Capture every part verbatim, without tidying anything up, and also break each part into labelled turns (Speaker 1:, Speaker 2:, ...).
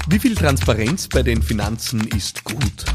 Speaker 1: Wie viel Transparenz bei den Finanzen ist gut?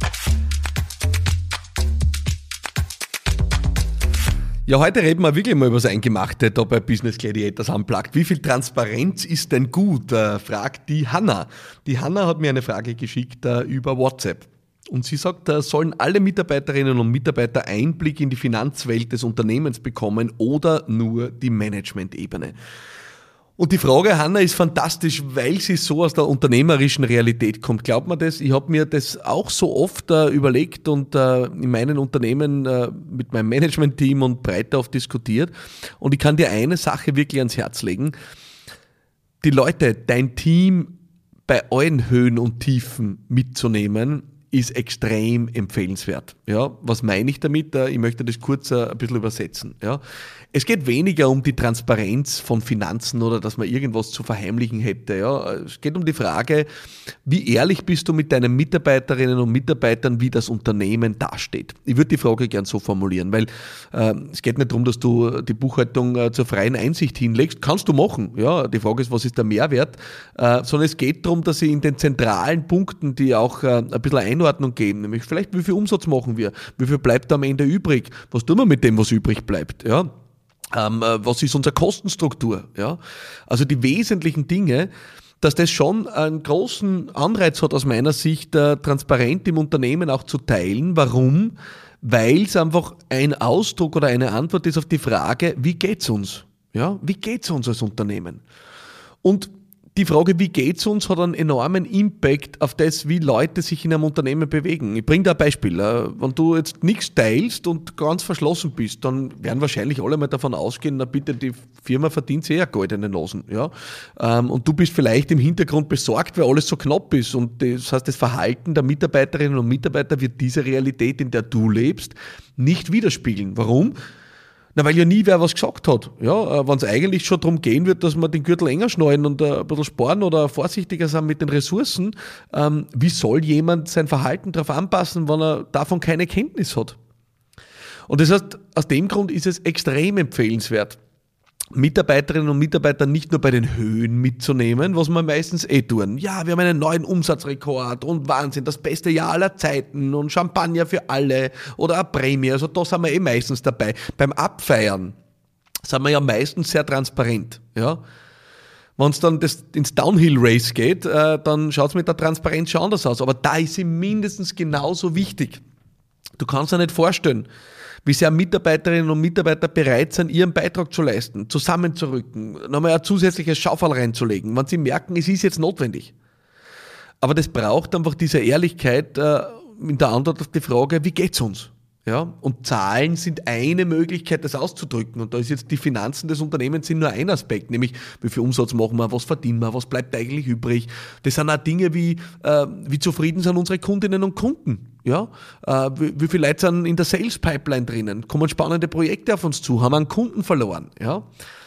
Speaker 1: Ja, heute reden wir wirklich mal über das Eingemachte da bei Business Gladiators Unplugged. Wie viel Transparenz ist denn gut? Äh, fragt die Hanna. Die Hanna hat mir eine Frage geschickt äh, über WhatsApp. Und sie sagt, da sollen alle Mitarbeiterinnen und Mitarbeiter Einblick in die Finanzwelt des Unternehmens bekommen oder nur die Management-Ebene. Und die Frage, Hanna, ist fantastisch, weil sie so aus der unternehmerischen Realität kommt. Glaubt man das? Ich habe mir das auch so oft äh, überlegt und äh, in meinen Unternehmen äh, mit meinem Management-Team und breiter oft diskutiert. Und ich kann dir eine Sache wirklich ans Herz legen. Die Leute, dein Team bei allen Höhen und Tiefen mitzunehmen, ist extrem empfehlenswert. Ja, was meine ich damit? Ich möchte das kurz ein bisschen übersetzen. Ja, es geht weniger um die Transparenz von Finanzen oder dass man irgendwas zu verheimlichen hätte. Ja, es geht um die Frage, wie ehrlich bist du mit deinen Mitarbeiterinnen und Mitarbeitern, wie das Unternehmen dasteht. Ich würde die Frage gern so formulieren, weil äh, es geht nicht darum, dass du die Buchhaltung äh, zur freien Einsicht hinlegst. Kannst du machen. Ja, die Frage ist, was ist der Mehrwert? Äh, sondern es geht darum, dass sie in den zentralen Punkten, die auch äh, ein bisschen Einordnung geben, nämlich vielleicht, wie viel Umsatz machen wir, wie viel bleibt am Ende übrig, was tun wir mit dem, was übrig bleibt, ja, ähm, äh, was ist unsere Kostenstruktur, ja, also die wesentlichen Dinge, dass das schon einen großen Anreiz hat aus meiner Sicht, äh, transparent im Unternehmen auch zu teilen. Warum? Weil es einfach ein Ausdruck oder eine Antwort ist auf die Frage, wie geht's uns, ja, wie geht's uns als Unternehmen? Und die Frage, wie geht's uns, hat einen enormen Impact auf das, wie Leute sich in einem Unternehmen bewegen. Ich bringe da ein Beispiel. Wenn du jetzt nichts teilst und ganz verschlossen bist, dann werden wahrscheinlich alle mal davon ausgehen, na bitte, die Firma verdient sehr Geld in den Nasen. Ja? Und du bist vielleicht im Hintergrund besorgt, weil alles so knapp ist. Und das heißt, das Verhalten der Mitarbeiterinnen und Mitarbeiter wird diese Realität, in der du lebst, nicht widerspiegeln. Warum? Na, weil ja nie wer was gesagt hat. Ja, wenn es eigentlich schon darum gehen wird, dass wir den Gürtel enger schnallen und ein bisschen sparen oder vorsichtiger sein mit den Ressourcen, ähm, wie soll jemand sein Verhalten darauf anpassen, wenn er davon keine Kenntnis hat? Und das heißt, aus dem Grund ist es extrem empfehlenswert, Mitarbeiterinnen und Mitarbeiter nicht nur bei den Höhen mitzunehmen, was wir meistens eh tun. Ja, wir haben einen neuen Umsatzrekord und Wahnsinn, das beste Jahr aller Zeiten und Champagner für alle oder eine Prämie, also da sind wir eh meistens dabei. Beim Abfeiern sind wir ja meistens sehr transparent. Ja? Wenn es dann das, ins Downhill-Race geht, äh, dann schaut es mit der Transparenz schon anders aus, aber da ist sie mindestens genauso wichtig. Du kannst dir nicht vorstellen, wie sehr Mitarbeiterinnen und Mitarbeiter bereit sind, ihren Beitrag zu leisten, zusammenzurücken, nochmal ein zusätzliches Schaufel reinzulegen, wenn sie merken, es ist jetzt notwendig. Aber das braucht einfach diese Ehrlichkeit äh, in der Antwort auf die Frage, wie geht's uns? Ja? Und Zahlen sind eine Möglichkeit, das auszudrücken. Und da ist jetzt die Finanzen des Unternehmens sind nur ein Aspekt, nämlich wie viel Umsatz machen wir, was verdienen wir, was bleibt eigentlich übrig. Das sind auch Dinge wie, äh, wie zufrieden sind unsere Kundinnen und Kunden. Ja? Äh, wie, wie viele Leute sind in der Sales Pipeline drinnen? Kommen spannende Projekte auf uns zu? Haben wir einen Kunden verloren? Ja?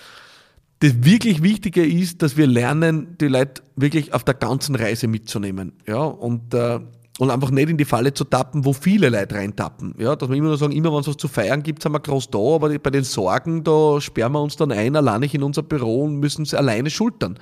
Speaker 1: Das wirklich Wichtige ist, dass wir lernen, die Leute wirklich auf der ganzen Reise mitzunehmen. Ja? Und äh, Und einfach nicht in die Falle zu tappen, wo viele Leute reintappen. Ja, dass wir immer nur sagen, immer wenn es was zu feiern gibt, sind wir groß da, aber bei den Sorgen, da sperren wir uns dann ein, allein nicht in unser Büro und müssen es alleine schultern.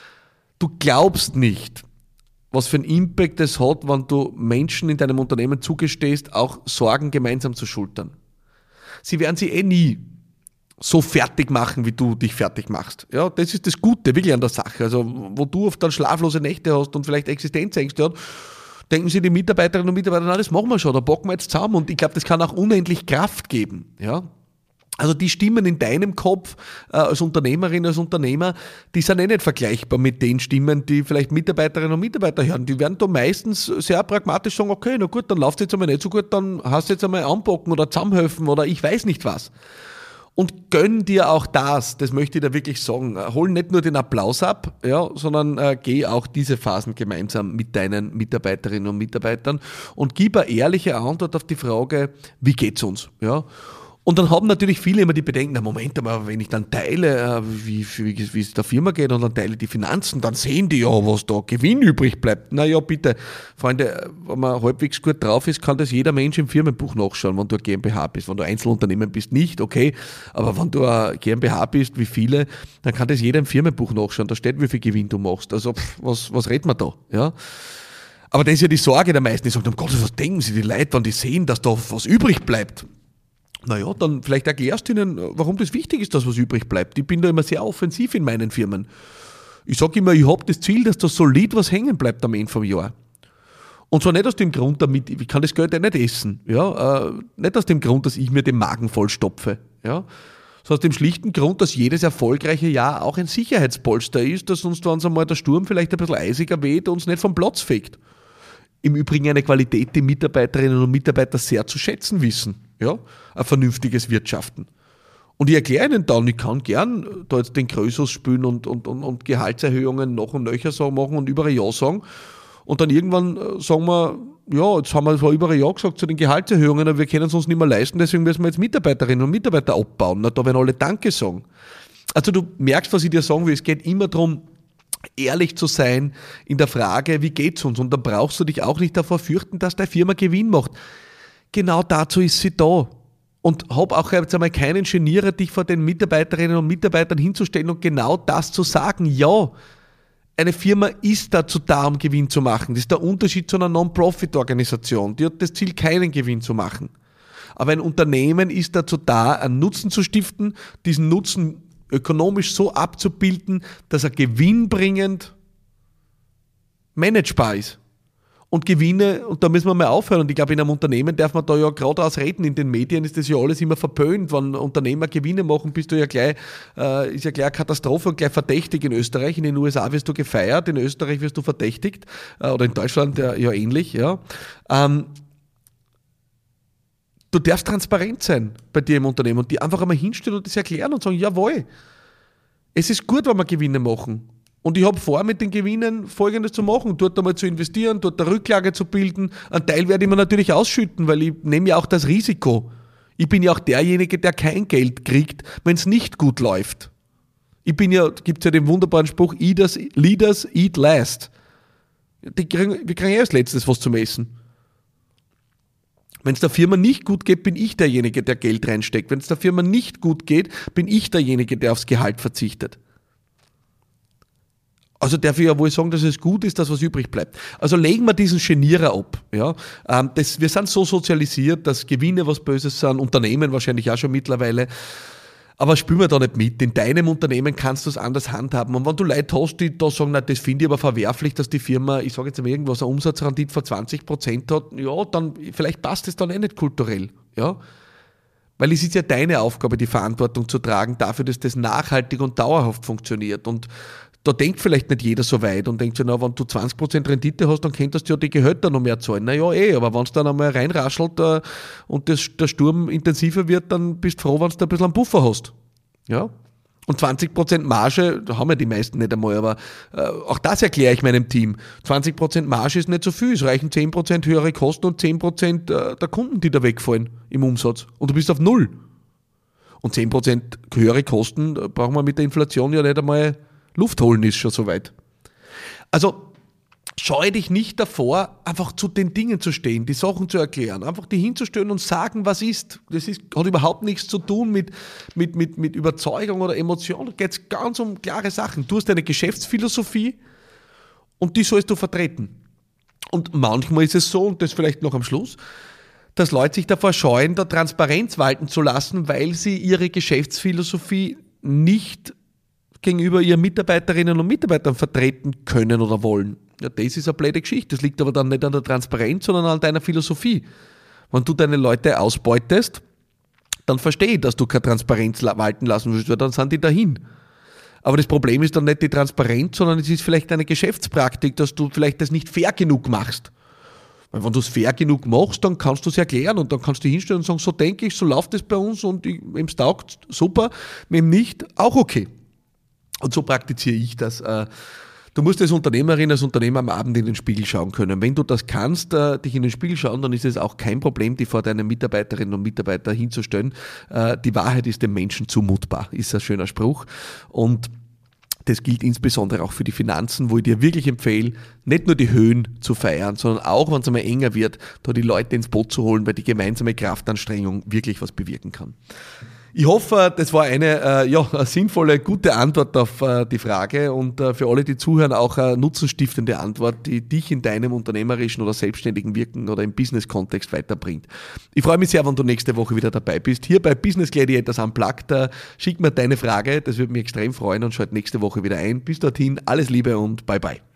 Speaker 1: Du glaubst nicht, was für einen Impact es hat, wenn du Menschen in deinem Unternehmen zugestehst, auch Sorgen gemeinsam zu schultern. Sie werden sie eh nie so fertig machen, wie du dich fertig machst. Ja, das ist das Gute wirklich an der Sache. Also, wo du oft dann schlaflose Nächte hast und vielleicht Existenzängste hast, denken sich die Mitarbeiterinnen und Mitarbeiter, na, das machen wir schon, da packen wir jetzt zusammen. Und ich glaube, das kann auch unendlich Kraft geben. Ja? Also die Stimmen in deinem Kopf äh, als Unternehmerin, als Unternehmer, die sind eh nicht vergleichbar mit den Stimmen, die vielleicht Mitarbeiterinnen und Mitarbeiter hören. Die werden da meistens sehr pragmatisch sagen, okay, na gut, dann läuft es jetzt einmal nicht so gut, dann hast du jetzt einmal anpacken oder zusammenhelfen oder ich weiß nicht was. Und gönn dir auch das, das möchte ich dir wirklich sagen. Hol nicht nur den Applaus ab, ja, sondern äh, geh auch diese Phasen gemeinsam mit deinen Mitarbeiterinnen und Mitarbeitern und gib eine ehrliche Antwort auf die Frage, wie geht's uns? Ja? Und dann haben natürlich viele immer die Bedenken, na Moment, aber wenn ich dann teile, wie, wie, wie es der Firma geht und dann teile die Finanzen, dann sehen die ja, was da Gewinn übrig bleibt. Na ja, bitte, Freunde, wenn man halbwegs gut drauf ist, kann das jeder Mensch im Firmenbuch nachschauen, wenn du ein GmbH bist. Wenn du Einzelunternehmen bist, nicht, okay, aber wenn du ein GmbH bist, wie viele, dann kann das jeder im Firmenbuch nachschauen. Da steht, wie viel Gewinn du machst. Also, pff, was, was redet man da? Ja? Aber das ist ja die Sorge der meisten, die sagen, um Gottes, was denken sie, die Leute, wenn die sehen, dass da was übrig bleibt? Naja, dann vielleicht erklärst du ihnen, warum das wichtig ist, dass was übrig bleibt. Ich bin da immer sehr offensiv in meinen Firmen. Ich sage immer, ich habe das Ziel, dass da solid was hängen bleibt am Ende vom Jahr. Und zwar nicht aus dem Grund, damit ich kann das Geld ja nicht essen. Ja? Äh, nicht aus dem Grund, dass ich mir den Magen vollstopfe. Ja? Sondern aus dem schlichten Grund, dass jedes erfolgreiche Jahr auch ein Sicherheitspolster ist, dass uns, wenn einmal der Sturm vielleicht ein bisschen eisiger weht, uns nicht vom Platz fegt. Im Übrigen eine Qualität, die Mitarbeiterinnen und Mitarbeiter sehr zu schätzen wissen. Ja, ein vernünftiges Wirtschaften. Und ich erkläre Ihnen dann, ich kann gern da jetzt den Krösus spielen und, und, und, und Gehaltserhöhungen noch und nöcher sagen, machen und über ein Jahr sagen. Und dann irgendwann sagen wir, ja, jetzt haben wir zwar über ein Jahr gesagt zu den Gehaltserhöhungen, aber wir können es uns nicht mehr leisten, deswegen müssen wir jetzt Mitarbeiterinnen und Mitarbeiter abbauen. Na, da werden alle Danke sagen. Also du merkst, was ich dir sagen will, es geht immer darum, ehrlich zu sein in der Frage, wie geht's uns? Und dann brauchst du dich auch nicht davor fürchten, dass deine Firma Gewinn macht. Genau dazu ist sie da. Und hab auch jetzt einmal keinen Genierer, dich vor den Mitarbeiterinnen und Mitarbeitern hinzustellen und genau das zu sagen. Ja, eine Firma ist dazu da, um Gewinn zu machen. Das ist der Unterschied zu einer Non-Profit-Organisation. Die hat das Ziel, keinen Gewinn zu machen. Aber ein Unternehmen ist dazu da, einen Nutzen zu stiften, diesen Nutzen ökonomisch so abzubilden, dass er gewinnbringend managebar ist. Und Gewinne, und da müssen wir mal aufhören, und ich glaube, in einem Unternehmen darf man da ja geradeaus reden, in den Medien ist das ja alles immer verpönt, wenn Unternehmer Gewinne machen, bist du ja gleich, äh, ist ja gleich eine Katastrophe und gleich verdächtig in Österreich, in den U S A wirst du gefeiert, in Österreich wirst du verdächtigt, äh, oder in Deutschland ja, ja ähnlich, ja. Ähm, du darfst transparent sein bei dir im Unternehmen und die einfach einmal hinstellen und das erklären und sagen, jawohl, es ist gut, wenn wir Gewinne machen. Und ich habe vor, mit den Gewinnen Folgendes zu machen, dort einmal zu investieren, dort eine Rücklage zu bilden. Einen Teil werde ich mir natürlich ausschütten, weil ich nehme ja auch das Risiko. Ich bin ja auch derjenige, der kein Geld kriegt, wenn es nicht gut läuft. Ich bin ja, gibt es ja den wunderbaren Spruch, Eaters, Leaders eat last. Die kriegen, wir kriegen ja als letztes was zum Essen. Wenn es der Firma nicht gut geht, bin ich derjenige, der Geld reinsteckt. Wenn es der Firma nicht gut geht, bin ich derjenige, der aufs Gehalt verzichtet. Also darf ich ja wohl sagen, dass es gut ist, dass was übrig bleibt. Also legen wir diesen Genierer ab. Ja? Das, wir sind so sozialisiert, dass Gewinne was Böses sind, Unternehmen wahrscheinlich auch schon mittlerweile. Aber spielen wir da nicht mit. In deinem Unternehmen kannst du es anders handhaben. Und wenn du Leute hast, die da sagen, na, das finde ich aber verwerflich, dass die Firma, ich sage jetzt mal irgendwas, eine Umsatzrendite von zwanzig Prozent hat, ja, dann vielleicht passt es dann eh nicht kulturell. Ja? Weil es ist ja deine Aufgabe, die Verantwortung zu tragen dafür, dass das nachhaltig und dauerhaft funktioniert. Und da denkt vielleicht nicht jeder so weit und denkt sich, na, wenn du zwanzig Prozent Rendite hast, dann könntest du ja die Gehälter noch mehr zahlen. Naja, eh, aber wenn es dann einmal reinraschelt äh, und das, der Sturm intensiver wird, dann bist du froh, wenn du ein bisschen einen Puffer hast. Ja? Und zwanzig Prozent Marge, da haben ja die meisten nicht einmal, aber äh, auch das erkläre ich meinem Team. zwanzig Prozent Marge ist nicht so viel, es reichen zehn Prozent höhere Kosten und zehn Prozent äh, der Kunden, die da wegfallen im Umsatz. Und du bist auf null. Und zehn Prozent höhere Kosten, da brauchen wir mit der Inflation ja nicht einmal Luft holen, ist schon soweit. Also scheue dich nicht davor, einfach zu den Dingen zu stehen, die Sachen zu erklären, einfach die hinzustellen und sagen, was ist. Das ist, hat überhaupt nichts zu tun mit, mit, mit, mit Überzeugung oder Emotion, da geht es ganz um klare Sachen. Du hast eine Geschäftsphilosophie und die sollst du vertreten. Und manchmal ist es so, und das vielleicht noch am Schluss, dass Leute sich davor scheuen, da Transparenz walten zu lassen, weil sie ihre Geschäftsphilosophie nicht gegenüber ihren Mitarbeiterinnen und Mitarbeitern vertreten können oder wollen. Ja, das ist eine blöde Geschichte. Das liegt aber dann nicht an der Transparenz, sondern an deiner Philosophie. Wenn du deine Leute ausbeutest, dann verstehe ich, dass du keine Transparenz walten lassen willst, weil dann sind die dahin. Aber das Problem ist dann nicht die Transparenz, sondern es ist vielleicht eine Geschäftspraktik, dass du vielleicht das nicht fair genug machst. Weil wenn du es fair genug machst, dann kannst du es erklären und dann kannst du hinstellen und sagen, so denke ich, so läuft es bei uns und wem es taugt, super, wem nicht, auch okay. Und so praktiziere ich das. Das Du musst als Unternehmerin, als Unternehmer am Abend in den Spiegel schauen können. Wenn du das kannst, äh, dich in den Spiegel schauen, dann ist es auch kein Problem, die vor deinen Mitarbeiterinnen und Mitarbeitern hinzustellen. Äh, die Wahrheit ist dem Menschen zumutbar, ist ein schöner Spruch. Und das gilt insbesondere auch für die Finanzen, wo ich dir wirklich empfehle, nicht nur die Höhen zu feiern, sondern auch, wenn es einmal enger wird, da die Leute ins Boot zu holen, weil die gemeinsame Kraftanstrengung wirklich was bewirken kann. Ich hoffe, das war eine, äh, ja, eine sinnvolle, gute Antwort auf äh, die Frage und äh, für alle, die zuhören, auch eine nutzenstiftende Antwort, die dich in deinem unternehmerischen oder selbstständigen Wirken oder im Business-Kontext weiterbringt. Ich freue mich sehr, wenn du nächste Woche wieder dabei bist. Hier bei Business Gladiators Unplugged, äh, schick mir deine Frage, das würde mich extrem freuen und schalt nächste Woche wieder ein. Bis dorthin, alles Liebe und bye bye.